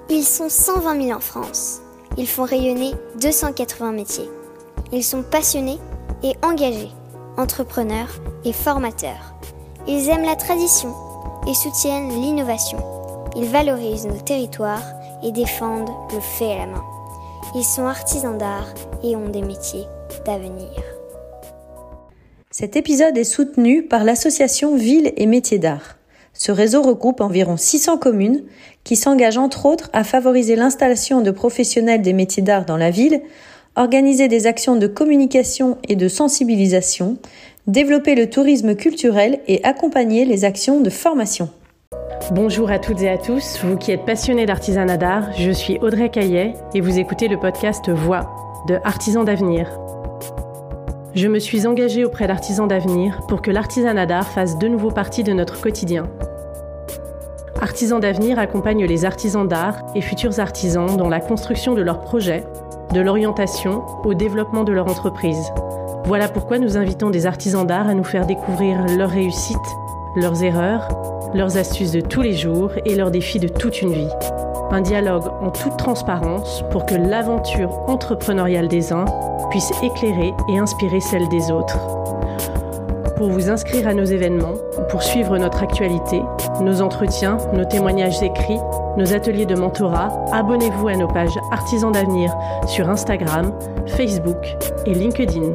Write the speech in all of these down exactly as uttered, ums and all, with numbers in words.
Ils sont cent vingt mille en France. Ils font rayonner deux cent quatre-vingts métiers. Ils sont passionnés et engagés, entrepreneurs et formateurs. Ils aiment la tradition et soutiennent l'innovation. Ils valorisent nos territoires et défendent le fait à la main. Ils sont artisans d'art et ont des métiers d'avenir. Cet épisode est soutenu par l'association Villes et Métiers d'Art. Ce réseau regroupe environ six cents communes qui s'engagent entre autres à favoriser l'installation de professionnels des métiers d'art dans la ville, organiser des actions de communication et de sensibilisation, développer le tourisme culturel et accompagner les actions de formation. Bonjour à toutes et à tous, vous qui êtes passionnés d'artisanat d'art, je suis Audrey Caillet et vous écoutez le podcast Voix de Artisans d'avenir. Je me suis engagée auprès d'Artisans d'avenir pour que l'artisanat d'art fasse de nouveau partie de notre quotidien. Artisans d'avenir accompagne les artisans d'art et futurs artisans dans la construction de leurs projets, de l'orientation au développement de leur entreprise. Voilà pourquoi nous invitons des artisans d'art à nous faire découvrir leurs réussites, leurs erreurs, leurs astuces de tous les jours et leurs défis de toute une vie. Un dialogue en toute transparence pour que l'aventure entrepreneuriale des uns puisse éclairer et inspirer celle des autres. Pour vous inscrire à nos événements, pour suivre notre actualité, nos entretiens, nos témoignages écrits, nos ateliers de mentorat, abonnez-vous à nos pages Artisans d'avenir sur Instagram, Facebook et LinkedIn.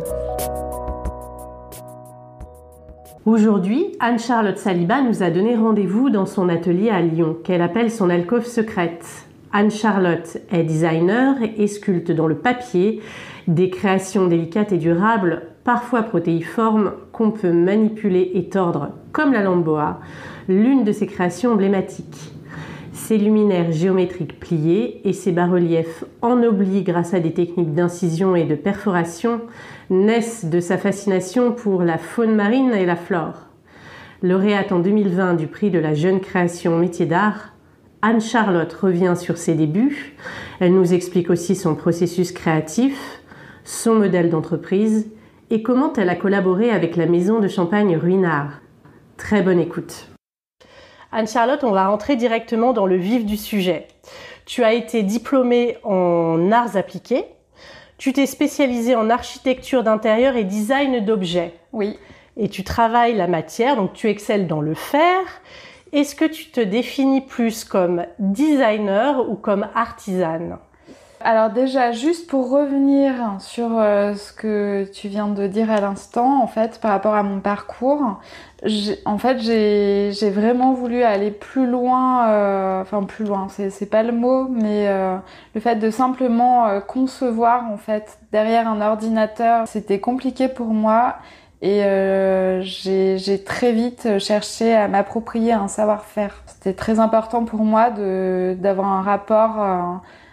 Aujourd'hui, Anne-Charlotte Saliba nous a donné rendez-vous dans son atelier à Lyon, qu'elle appelle son alcôve secrète. Anne-Charlotte est designer et sculpte dans le papier des créations délicates et durables, parfois protéiformes, qu'on peut manipuler et tordre comme la lampe boa, l'une de ses créations emblématiques. Ses luminaires géométriques pliés et ses bas-reliefs ennoblis grâce à des techniques d'incision et de perforation naissent de sa fascination pour la faune marine et la flore. Lauréate en deux mille vingt du prix de la jeune création métier d'art, Anne-Charlotte revient sur ses débuts. Elle nous explique aussi son processus créatif, son modèle d'entreprise et comment elle a collaboré avec la maison de champagne Ruinart. Très bonne écoute. Anne-Charlotte, on va rentrer directement dans le vif du sujet. Tu as été diplômée en arts appliqués. Tu t'es spécialisée en architecture d'intérieur et design d'objets. Oui. Et tu travailles la matière, donc tu excelles dans le faire. Est-ce que tu te définis plus comme designer ou comme artisane ? Alors déjà, juste pour revenir sur euh, ce que tu viens de dire à l'instant, en fait, par rapport à mon parcours, j'ai, en fait, j'ai, j'ai vraiment voulu aller plus loin, euh, enfin plus loin, c'est, c'est pas le mot, mais euh, le fait de simplement euh, concevoir, en fait, derrière un ordinateur, c'était compliqué pour moi. Et euh, j'ai, j'ai très vite cherché à m'approprier un savoir-faire. C'était très important pour moi de, d'avoir un rapport, euh,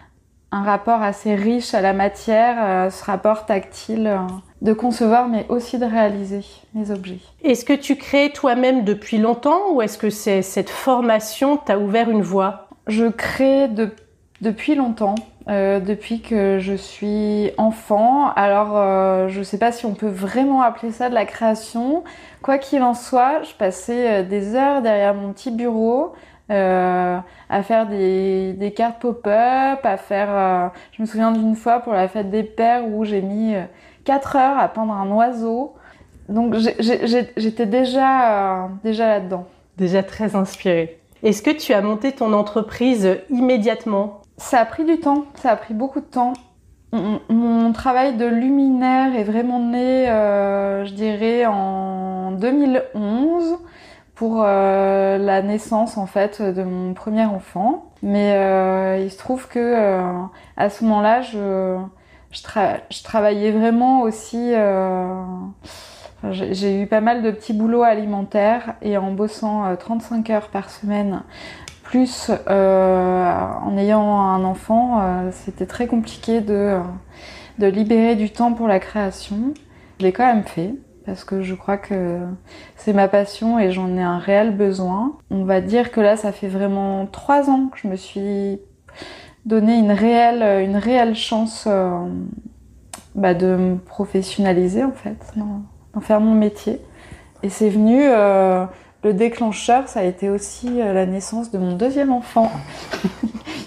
un rapport assez riche à la matière, euh, ce rapport tactile, euh, de concevoir mais aussi de réaliser mes objets. Est-ce que tu crées toi-même depuis longtemps ou est-ce que c'est, cette formation t'a ouvert une voie ? Je crée de, depuis longtemps. Euh, depuis que je suis enfant. Alors, euh, je sais pas si on peut vraiment appeler ça de la création. Quoi qu'il en soit, je passais euh, des heures derrière mon petit bureau euh, à faire des, des cartes pop-up, à faire... Euh, je me souviens d'une fois pour la fête des pères où j'ai mis euh, quatre heures à peindre un oiseau. Donc, j'ai, j'ai, j'étais déjà, euh, déjà là-dedans. Déjà très inspirée. Est-ce que tu as monté ton entreprise immédiatement ? Ça a pris du temps, ça a pris beaucoup de temps. Mon travail de luminaire est vraiment né, euh, je dirais, en deux mille onze pour euh, la naissance en fait de mon premier enfant. Mais euh, il se trouve que euh, à ce moment-là, je, je, tra- je travaillais vraiment aussi. Euh, j'ai, j'ai eu pas mal de petits boulots alimentaires et en bossant euh, trente-cinq heures par semaine. Plus euh, en ayant un enfant, euh, c'était très compliqué de, de libérer du temps pour la création. Je l'ai quand même fait parce que je crois que c'est ma passion et j'en ai un réel besoin. On va dire que là, ça fait vraiment trois ans que je me suis donné une réelle, une réelle chance euh, bah, de me professionnaliser en fait, d'en, d'en faire mon métier. Et c'est venu... Euh, Le déclencheur, ça a été aussi la naissance de mon deuxième enfant,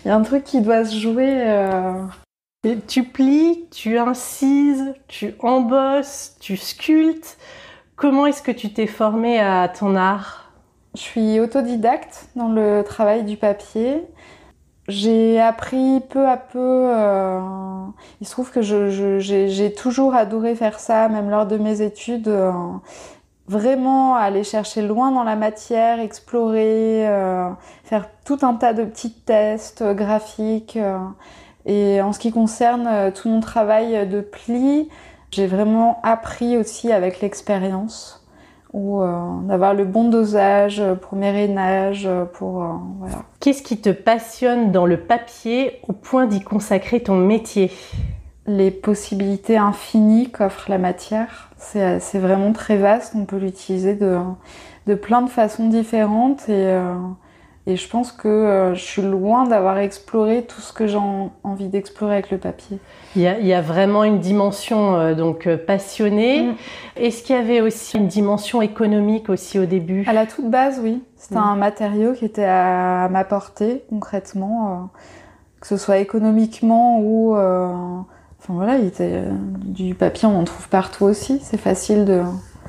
Il y a un truc qui doit se jouer. Euh... Et tu plies, tu incises, tu embosses, tu sculptes. Comment est-ce que tu t'es formée à ton art? Je suis autodidacte dans le travail du papier. J'ai appris peu à peu. Euh... Il se trouve que je, je, j'ai, j'ai toujours adoré faire ça, même lors de mes études. Euh... Vraiment aller chercher loin dans la matière, explorer, euh... faire tout un tas de petits tests euh, graphiques. Euh... Et en ce qui concerne euh, tout mon travail de pli, j'ai vraiment appris aussi avec l'expérience. Ou euh, d'avoir le bon dosage pour mes rainages, pour... Euh, voilà. Qu'est-ce qui te passionne dans le papier au point d'y consacrer ton métier? Les possibilités infinies qu'offre la matière. C'est, c'est vraiment très vaste, on peut l'utiliser de, de plein de façons différentes et, euh, et je pense que euh, je suis loin d'avoir exploré tout ce que j'ai en, envie d'explorer avec le papier. Il y a, il y a vraiment une dimension euh, donc euh, passionnée. Mmh. Est-ce qu'il y avait aussi une dimension économique aussi au début? À la toute base, oui. C'était mmh. un matériau qui était à, à ma portée concrètement, euh, que ce soit économiquement ou... Euh, enfin voilà, il était, euh, du papier, on en trouve partout aussi. C'est facile de,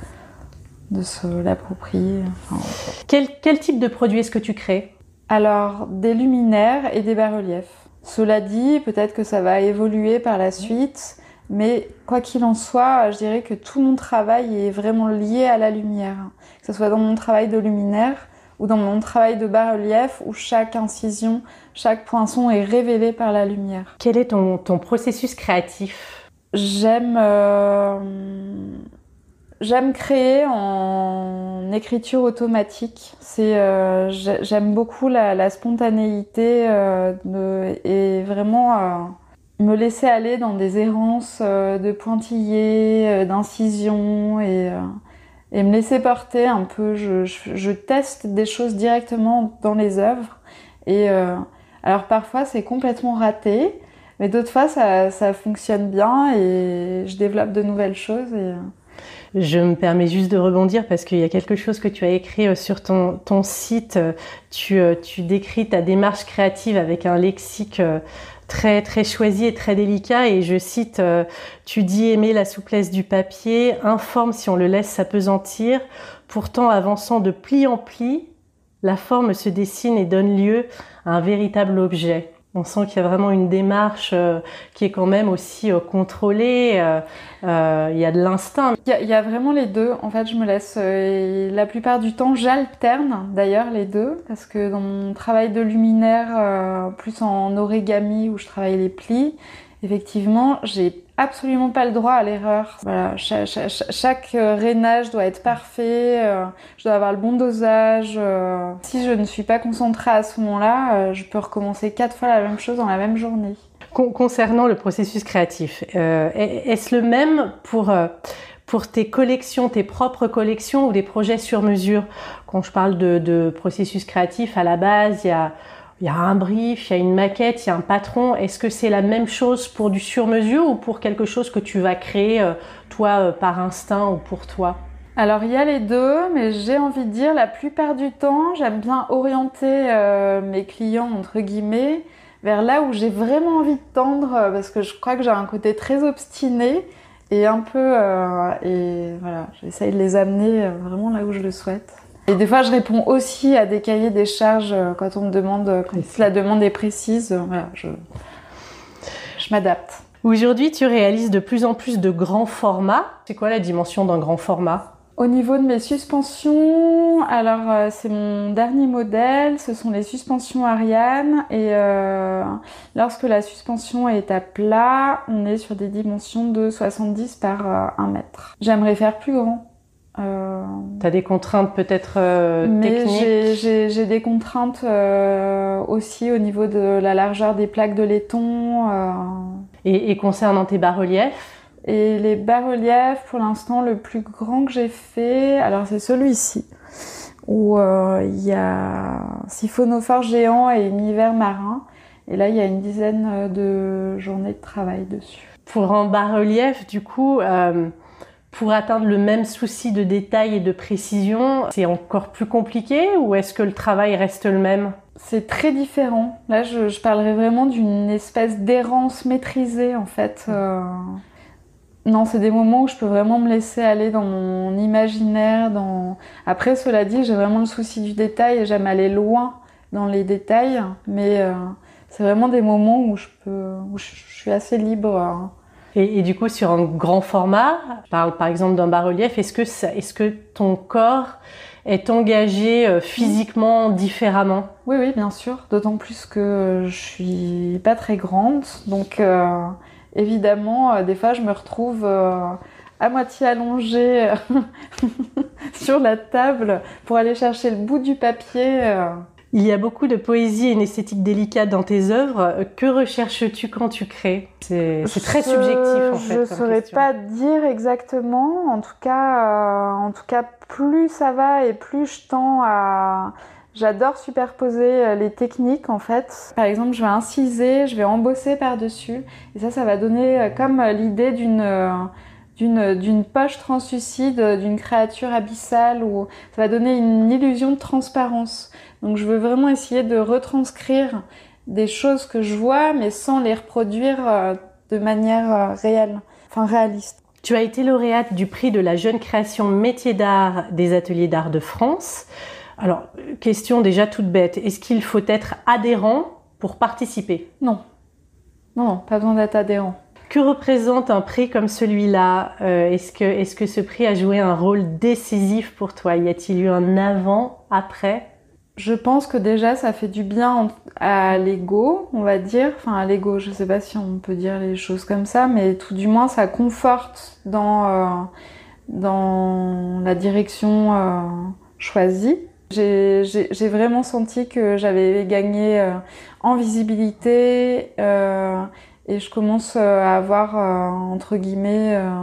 de se l'approprier. Enfin, quel, quel type de produit est-ce que tu crées? Alors, des luminaires et des bas-reliefs. Cela dit, peut-être que ça va évoluer par la suite, mais quoi qu'il en soit, je dirais que tout mon travail est vraiment lié à la lumière. Que ce soit dans mon travail de luminaire ou dans mon travail de bas-relief, où chaque incision, chaque poinçon est révélé par la lumière. Quel est ton, ton processus créatif? J'aime, euh, j'aime créer en écriture automatique. C'est, euh, j'aime beaucoup la, la spontanéité euh, de, et vraiment euh, me laisser aller dans des errances euh, de pointillés, euh, d'incisions et, euh, et me laisser porter un peu. Je, je, je teste des choses directement dans les œuvres. Et euh, alors parfois c'est complètement raté, mais d'autres fois ça, ça fonctionne bien et je développe de nouvelles choses. Et, je me permets juste de rebondir parce qu'il y a quelque chose que tu as écrit sur ton, ton site. Tu, tu décris ta démarche créative avec un lexique très, très choisi et très délicat. Et je cite, tu dis aimer la souplesse du papier, informe si on le laisse s'apesantir. Pourtant, avançant de pli en pli, la forme se dessine et donne lieu à un véritable objet. On sent qu'il y a vraiment une démarche euh, qui est quand même aussi euh, contrôlée. Euh, euh, il y a de l'instinct. Il y a, il y a vraiment les deux. En fait, je me laisse... Euh, la plupart du temps, j'alterne d'ailleurs les deux. Parce que dans mon travail de luminaire, euh, plus en origami, où je travaille les plis, effectivement, j'ai absolument pas le droit à l'erreur. Voilà, chaque, chaque, chaque rainage doit être parfait, euh, je dois avoir le bon dosage. Euh. Si je ne suis pas concentrée à ce moment-là, euh, je peux recommencer quatre fois la même chose dans la même journée. Concernant le processus créatif, euh, est-ce le même pour... Euh... pour tes collections, tes propres collections ou des projets sur mesure? Quand je parle de, de processus créatif, à la base, il y a, il y a un brief, il y a une maquette, il y a un patron. Est-ce que c'est la même chose pour du sur-mesure ou pour quelque chose que tu vas créer, euh, toi, euh, par instinct ou pour toi? Alors, il y a les deux, mais j'ai envie de dire, la plupart du temps, j'aime bien orienter euh, mes clients, entre guillemets, vers là où j'ai vraiment envie de tendre, parce que je crois que j'ai un côté très obstiné. Et un peu, euh, et voilà, j'essaye de les amener vraiment là où je le souhaite. Et des fois, je réponds aussi à des cahiers des charges quand on me demande, quand la demande est précise. Voilà, je, je m'adapte. Aujourd'hui, tu réalises de plus en plus de grands formats. C'est quoi la dimension d'un grand format ? Au niveau de mes suspensions, alors euh, c'est mon dernier modèle, ce sont les suspensions Ariane et euh, lorsque la suspension est à plat, on est sur des dimensions de soixante-dix par euh, un mètre. J'aimerais faire plus grand. Euh... T'as des contraintes peut-être euh, Mais techniques j'ai, j'ai, j'ai des contraintes euh, aussi au niveau de la largeur des plaques de laiton. Euh... Et, et concernant tes bas-reliefs ? Et les bas-reliefs, pour l'instant, le plus grand que j'ai fait, alors c'est celui-ci, où euh, il y a siphonophore géant et univers marin. Et là, il y a une dizaine de journées de travail dessus. Pour un bas-relief, du coup, euh, Pour atteindre le même souci de détail et de précision, c'est encore plus compliqué ou est-ce que le travail reste le même ? C'est très différent. Là, je, je parlerais vraiment d'une espèce d'errance maîtrisée, en fait. Euh... Non, c'est des moments où je peux vraiment me laisser aller dans mon imaginaire. Dans... Après, cela dit, j'ai vraiment le souci du détail et j'aime aller loin dans les détails. Mais euh, c'est vraiment des moments où je, peux... où je, je suis assez libre. Hein. Et, et du coup, sur un grand format, je parle par exemple d'un bas-relief, est-ce que, ça, est-ce que ton corps est engagé euh, physiquement différemment ? Oui, oui, bien sûr. D'autant plus que je suis pas très grande. Donc, euh, évidemment, euh, des fois, je me retrouve euh, à moitié allongée sur la table pour aller chercher le bout du papier. Euh. Il y a beaucoup de poésie et une esthétique délicate dans tes œuvres. Que recherches-tu quand tu crées ? C'est, c'est très je, subjectif en fait. Je ne saurais question. pas dire exactement. En tout cas, euh, en tout cas, plus ça va et plus je tends à... J'adore superposer les techniques en fait. Par exemple, je vais inciser, je vais embosser par-dessus. Et ça, ça va donner comme l'idée d'une... D'une, d'une poche translucide, d'une créature abyssale, ou ça va donner une illusion de transparence. Donc je veux vraiment essayer de retranscrire des choses que je vois, mais sans les reproduire de manière réelle, enfin réaliste. Tu as été lauréate du prix de la jeune création métier d'art des ateliers d'art de France. Alors, question déjà toute bête, est-ce qu'il faut être adhérent pour participer ? Non. Non, non, pas besoin d'être adhérent. Que représente un prix comme celui-là ? euh, Est-ce que, est-ce que ce prix a joué un rôle décisif pour toi ? Y a-t-il eu un avant, après ? Je pense que déjà ça fait du bien à l'ego, on va dire. Enfin à l'ego, je sais pas si on peut dire les choses comme ça, mais tout du moins ça conforte dans, euh, dans la direction euh, choisie. J'ai, j'ai, j'ai vraiment senti que j'avais gagné euh, en visibilité euh, et je commence à avoir, euh, entre guillemets, euh,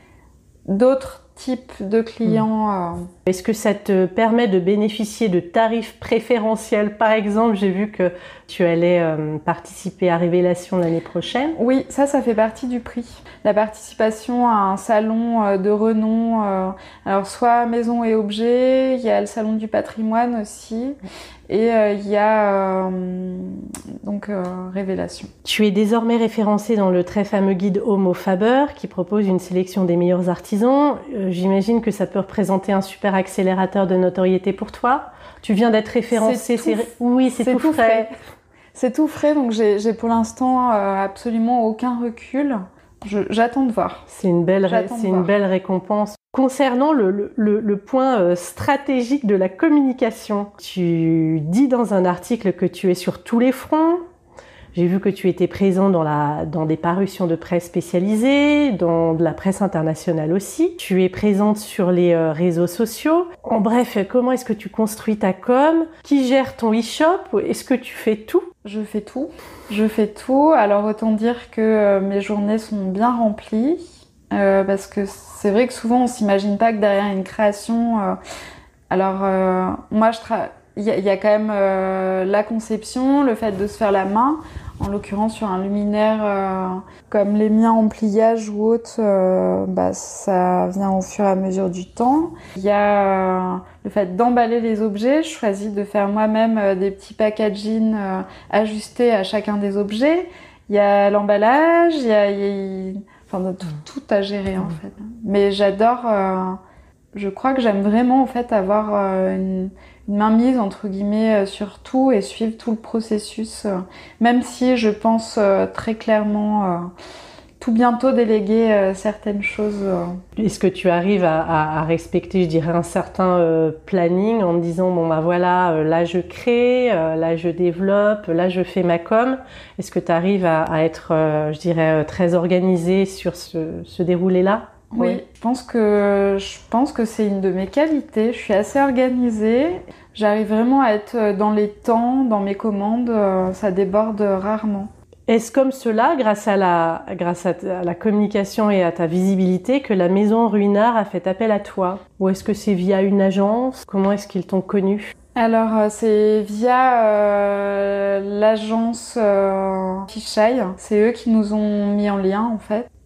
d'autres types de clients. Euh... Est-ce que ça te permet de bénéficier de tarifs préférentiels ? Par exemple, j'ai vu que tu allais euh, participer à Révélation l'année prochaine. Oui, ça, ça fait partie du prix. La participation à un salon euh, de renom, euh, alors soit Maison et Objets, il y a le salon du patrimoine aussi, et euh, il y a euh, donc euh, Révélation. Tu es désormais référencée dans le très fameux guide Homo Faber qui propose une sélection des meilleurs artisans. Euh, j'imagine que ça peut représenter un super accélérateur de notoriété pour toi. Tu viens d'être référencée. C'est tout, c'est... Oui, c'est, c'est tout, tout frais. frais. C'est tout frais, donc j'ai, j'ai pour l'instant euh, absolument aucun recul. Je, j'attends de voir. C'est une belle, ré... c'est une voir. belle récompense. Concernant le, le, le, le point euh, stratégique de la communication, tu dis dans un article que tu es sur tous les fronts. J'ai vu que tu étais présent dans, la, dans des parutions de presse spécialisées, dans de la presse internationale aussi. Tu es présente sur les euh, réseaux sociaux. En bref, comment est-ce que tu construis ta com ? Qui gère ton e-shop ? Est-ce que tu fais tout ? Je fais tout. Je fais tout. Alors autant dire que euh, mes journées sont bien remplies. Euh, parce que c'est vrai que souvent on s'imagine pas que derrière une création... Euh, alors euh, moi je travaille... Il y, y a quand même euh, la conception, le fait de se faire la main, en l'occurrence sur un luminaire euh, comme les miens en pliage ou autre, euh, bah, ça vient au fur et à mesure du temps. Il y a euh, le fait d'emballer les objets, je choisis de faire moi-même euh, des petits packaging euh, ajustés à chacun des objets. Il y a l'emballage, il y a, il y a enfin, tout, tout à gérer en fait. Mais j'adore, euh, je crois que j'aime vraiment en fait avoir euh, une une mainmise entre guillemets sur tout et suivre tout le processus, euh, même si je pense euh, très clairement euh, tout bientôt déléguer euh, certaines choses. Euh. Est-ce que tu arrives à, à, à respecter, je dirais, un certain euh, planning en me disant bon bah voilà, euh, là je crée, euh, là je développe, là je fais ma com. Est-ce que tu arrives à, à être, euh, je dirais, très organisée sur ce, ce déroulé-là ? Oui, oui, je pense que je pense que c'est une de mes qualités. Je suis assez organisée. J'arrive vraiment à être dans les temps, dans mes commandes. Ça déborde rarement. Est-ce comme cela, grâce à la, grâce à la communication et à ta visibilité, que la maison Ruinart a fait appel à toi ? Ou est-ce que c'est via une agence ? Comment est-ce qu'ils t'ont connu ? Alors c'est via euh, l'agence euh, Fisheye. C'est eux qui nous ont mis en lien en fait.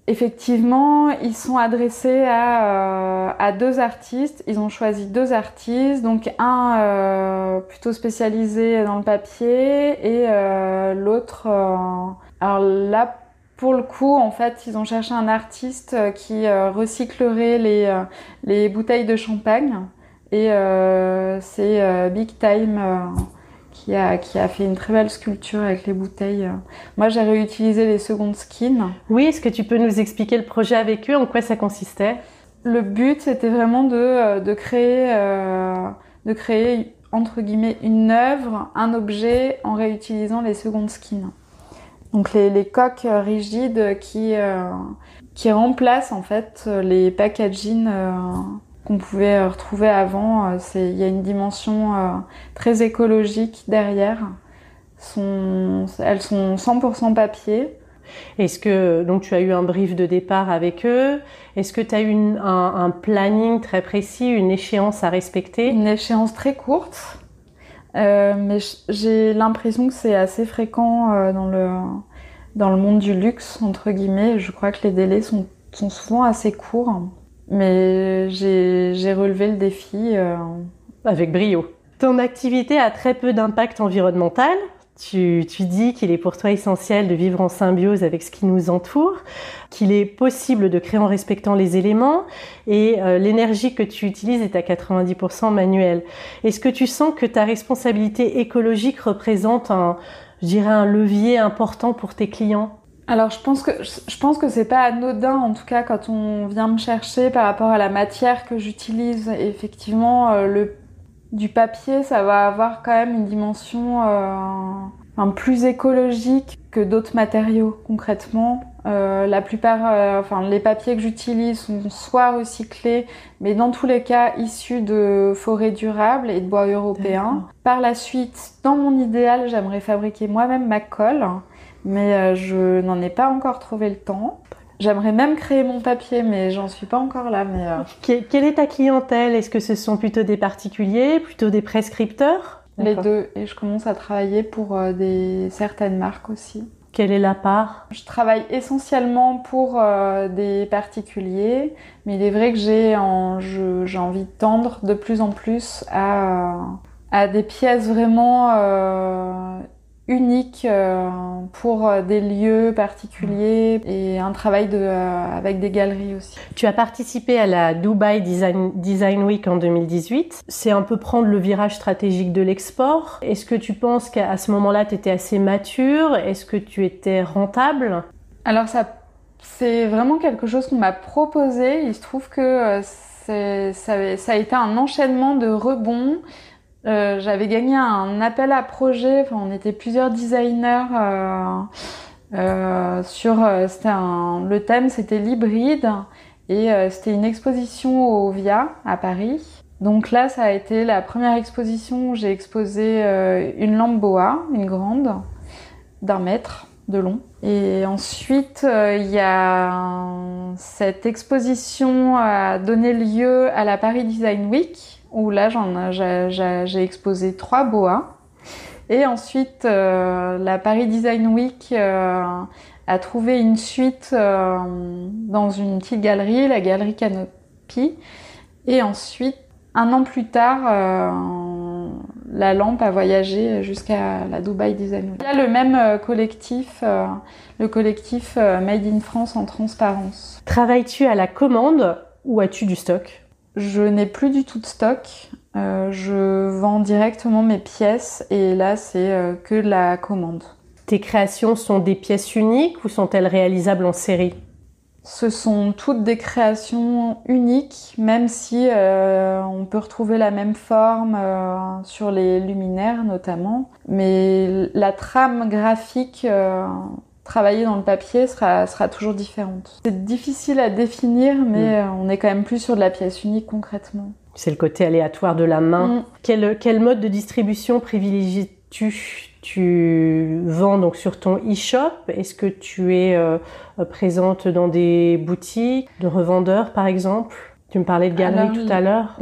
Effectivement, ils sont adressés à, euh, à deux artistes. Ils ont choisi deux artistes, donc un euh, plutôt spécialisé dans le papier et euh, l'autre... Euh... Alors là, pour le coup, en fait, ils ont cherché un artiste qui euh, recyclerait les, euh, les bouteilles de champagne. Et euh, c'est euh, Big Time... Euh... Qui a, qui a fait une très belle sculpture avec les bouteilles. Moi, j'ai réutilisé les secondes skins. Oui, est-ce que tu peux nous expliquer le projet avec eux, en quoi ça consistait? Le but, c'était vraiment de, de, créer, euh, de créer, entre guillemets, une œuvre, un objet, en réutilisant les secondes skins. Donc les, les coques rigides qui, euh, qui remplacent, en fait, les packaging euh, qu'on pouvait retrouver avant. C'est, il y a une dimension euh, très écologique derrière. Sont, elles sont cent pour cent papier. Est-ce que donc tu as eu un brief de départ avec eux? Est-ce que tu as eu une, un, un planning très précis, une échéance à respecter? Une échéance très courte, euh, mais j'ai l'impression que c'est assez fréquent euh, dans le dans le monde du luxe, entre guillemets. Je crois que les délais sont, sont souvent assez courts. Mais j'ai, j'ai relevé le défi. Euh... Avec brio. Ton activité a très peu d'impact environnemental. Tu, tu dis qu'il est pour toi essentiel de vivre en symbiose avec ce qui nous entoure, qu'il est possible de créer en respectant les éléments et euh, l'énergie que tu utilises est à quatre-vingt-dix pour cent manuelle. Est-ce que tu sens que ta responsabilité écologique représente un, je dirais, un levier important pour tes clients ? Alors je pense que je pense que c'est pas anodin, en tout cas quand on vient me chercher par rapport à la matière que j'utilise. Effectivement, euh, le du papier, ça va avoir quand même une dimension euh, enfin, plus écologique que d'autres matériaux. Concrètement, euh, la plupart, euh, enfin les papiers que j'utilise sont soit recyclés, mais dans tous les cas issus de forêts durables et de bois européens. D'accord. Par la suite, dans mon idéal, j'aimerais fabriquer moi-même ma colle. Mais euh, je n'en ai pas encore trouvé le temps. J'aimerais même créer mon papier, mais j'en suis pas encore là. Mais euh... Quelle est ta clientèle? Est-ce que ce sont plutôt des particuliers, plutôt des prescripteurs? Les deux. Et je commence à travailler pour euh, des certaines marques aussi. Quelle est la part? Je travaille essentiellement pour euh, des particuliers, mais il est vrai que j'ai, en, je, j'ai envie de tendre de plus en plus à, à des pièces vraiment... Euh, unique euh, pour euh, des lieux particuliers et un travail de, euh, avec des galeries aussi. Tu as participé à la Dubai Design, Design Week en deux mille dix-huit. C'est un peu prendre le virage stratégique de l'export. Est-ce que tu penses qu'à ce moment-là, tu étais assez mature? Est-ce que tu étais rentable? Alors ça, c'est vraiment quelque chose qu'on m'a proposé. Il se trouve que euh, c'est, ça, ça a été un enchaînement de rebonds. Euh, j'avais gagné un appel à projet, enfin, on était plusieurs designers euh, euh, sur, euh, c'était un, le thème c'était l'hybride et euh, c'était une exposition au Via à Paris. Donc là ça a été la première exposition où j'ai exposé euh, une lampe boa, une grande, d'un mètre de long. Et ensuite euh, il y a cette exposition a donné lieu à la Paris Design Week, où là j'en, j'ai, j'ai, j'ai exposé trois boas. Et ensuite, euh, la Paris Design Week euh, a trouvé une suite euh, dans une petite galerie, la galerie Canopy. Et ensuite, un an plus tard, euh, la lampe a voyagé jusqu'à la Dubai Design Week. Il y a le même euh, collectif, euh, le collectif euh, Made in France en transparence. Travailles-tu à la commande ou as-tu du stock ? Je n'ai plus du tout de stock. Euh, je vends directement mes pièces et là, c'est euh, que de la commande. Tes créations sont des pièces uniques ou sont-elles réalisables en série ? Ce sont toutes des créations uniques, même si euh, on peut retrouver la même forme euh, sur les luminaires notamment. Mais la trame graphique euh, travailler dans le papier sera, sera toujours différente. C'est difficile à définir, mais mmh. on est quand même plus sur de la pièce unique concrètement. C'est le côté aléatoire de la main. Mmh. Quel, quel mode de distribution privilégies-tu ? Tu vends donc sur ton e-shop. Est-ce que tu es euh, présente dans des boutiques de revendeurs par exemple ? Tu me parlais de galeries Alors, tout à l'heure.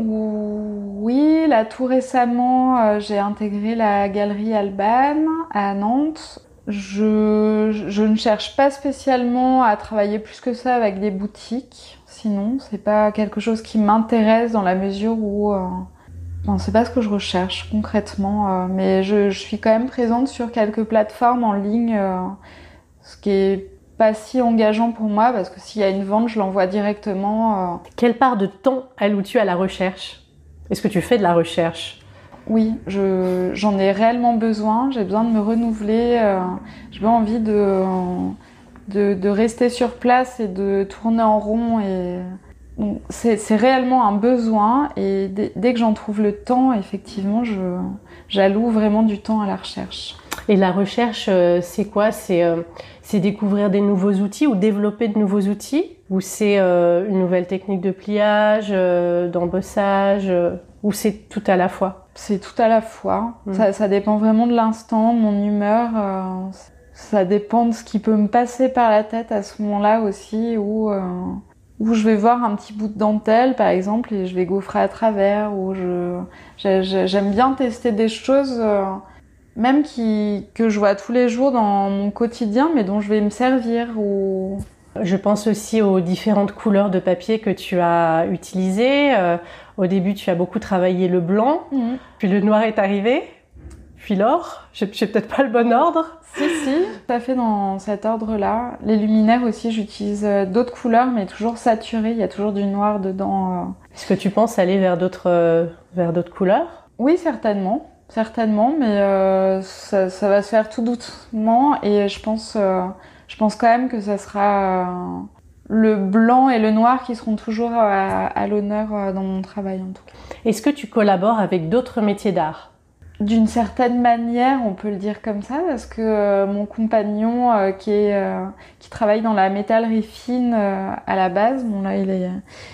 Oui, là tout récemment, euh, j'ai intégré la galerie Alban à Nantes. je, je ne cherche pas spécialement à travailler plus que ça avec des boutiques. Sinon, c'est pas quelque chose qui m'intéresse dans la mesure où... Euh, non, c'est pas ce que je recherche concrètement. Euh, mais je, je suis quand même présente sur quelques plateformes en ligne, euh, ce qui est pas si engageant pour moi, parce que s'il y a une vente, je l'envoie directement. Euh... Quelle part de temps alloues-tu à la recherche ? Est-ce que tu fais de la recherche ? Oui, je, j'en ai réellement besoin. J'ai besoin de me renouveler. Euh, j'ai pas envie de, de, de rester sur place et de tourner en rond. Et... Donc, c'est, c'est réellement un besoin. Et dès, dès que j'en trouve le temps, effectivement, je, j'alloue vraiment du temps à la recherche. Et la recherche, c'est quoi ? C'est, euh, c'est découvrir des nouveaux outils ou développer de nouveaux outils ? Ou c'est euh, une nouvelle technique de pliage, euh, d'embossage euh, ou c'est tout à la fois ? C'est tout à la fois. Mmh. Ça, ça dépend vraiment de l'instant, de mon humeur. Euh, ça dépend de ce qui peut me passer par la tête à ce moment-là aussi, où, euh, où je vais voir un petit bout de dentelle, par exemple, et je vais gaufrer à travers. Où je, j'ai, j'aime bien tester des choses... Euh, même qui, que je vois tous les jours dans mon quotidien, mais dont je vais me servir. Ou... Je pense aussi aux différentes couleurs de papier que tu as utilisées. Euh, au début, tu as beaucoup travaillé le blanc, mmh. puis le noir est arrivé, puis l'or. Je n'ai peut-être pas le bon ordre. Si, si, tout à fait dans cet ordre-là. Les luminaires aussi, j'utilise d'autres couleurs, mais toujours saturées. Il y a toujours du noir dedans. Est-ce que tu penses aller vers d'autres, euh, vers d'autres couleurs ? Oui, certainement. Certainement, mais euh, ça, ça va se faire tout doucement et je pense, euh, je pense quand même que ça sera euh, le blanc et le noir qui seront toujours à, à l'honneur euh, dans mon travail en tout cas. Est-ce que tu collabores avec d'autres métiers d'art ? D'une certaine manière, on peut le dire comme ça, parce que euh, mon compagnon euh, qui, est, euh, qui travaille dans la métallerie fine euh, à la base, bon là il est...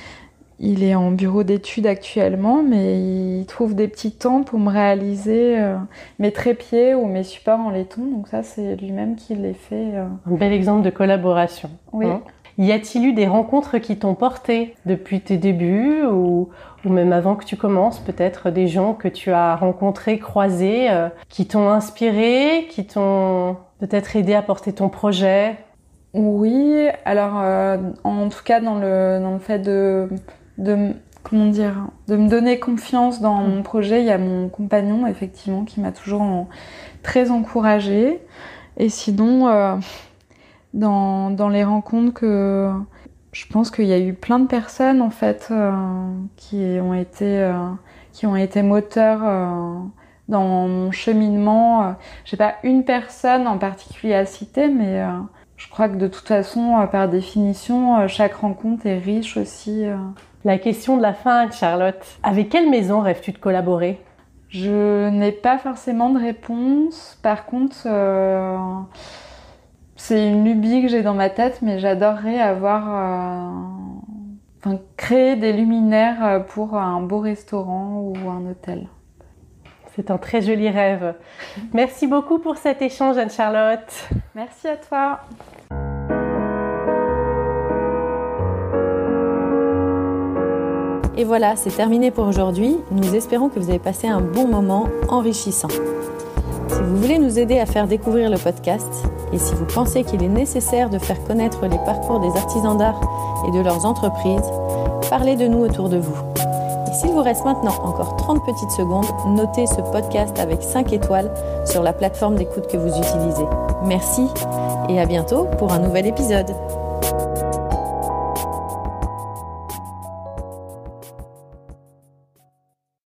Il est en bureau d'études actuellement, mais il trouve des petits temps pour me réaliser euh, mes trépieds ou mes supports en laiton. Donc ça, c'est lui-même qui les fait. Euh... Un bel exemple de collaboration. Oui. Hein ? Y a-t-il eu des rencontres qui t'ont porté depuis tes débuts ou, ou même avant que tu commences, peut-être des gens que tu as rencontrés, croisés, euh, qui t'ont inspiré, qui t'ont peut-être aidé à porter ton projet ? Oui, alors euh, en tout cas dans le, dans le fait de... de comment dire de me donner confiance dans mon projet, il y a mon compagnon effectivement qui m'a toujours en, très encouragée. Et sinon euh, dans dans les rencontres que je pense qu'il y a eu plein de personnes en fait euh, qui ont été euh, qui ont été moteurs euh, dans mon cheminement. J'ai pas une personne en particulier à citer, mais euh, je crois que de toute façon, par définition, chaque rencontre est riche aussi. La question de la fin, Charlotte. Avec quelle maison rêves-tu de collaborer ? Je n'ai pas forcément de réponse. Par contre, euh, c'est une lubie que j'ai dans ma tête, mais j'adorerais avoir... Euh, enfin, créer des luminaires pour un beau restaurant ou un hôtel. C'est un très joli rêve. Merci beaucoup pour cet échange, Anne-Charlotte. Merci à toi. Et voilà, c'est terminé pour aujourd'hui. Nous espérons que vous avez passé un bon moment enrichissant. Si vous voulez nous aider à faire découvrir le podcast et si vous pensez qu'il est nécessaire de faire connaître les parcours des artisans d'art et de leurs entreprises, parlez de nous autour de vous. Et s'il vous reste maintenant encore trente petites secondes, notez ce podcast avec cinq étoiles sur la plateforme d'écoute que vous utilisez. Merci et à bientôt pour un nouvel épisode.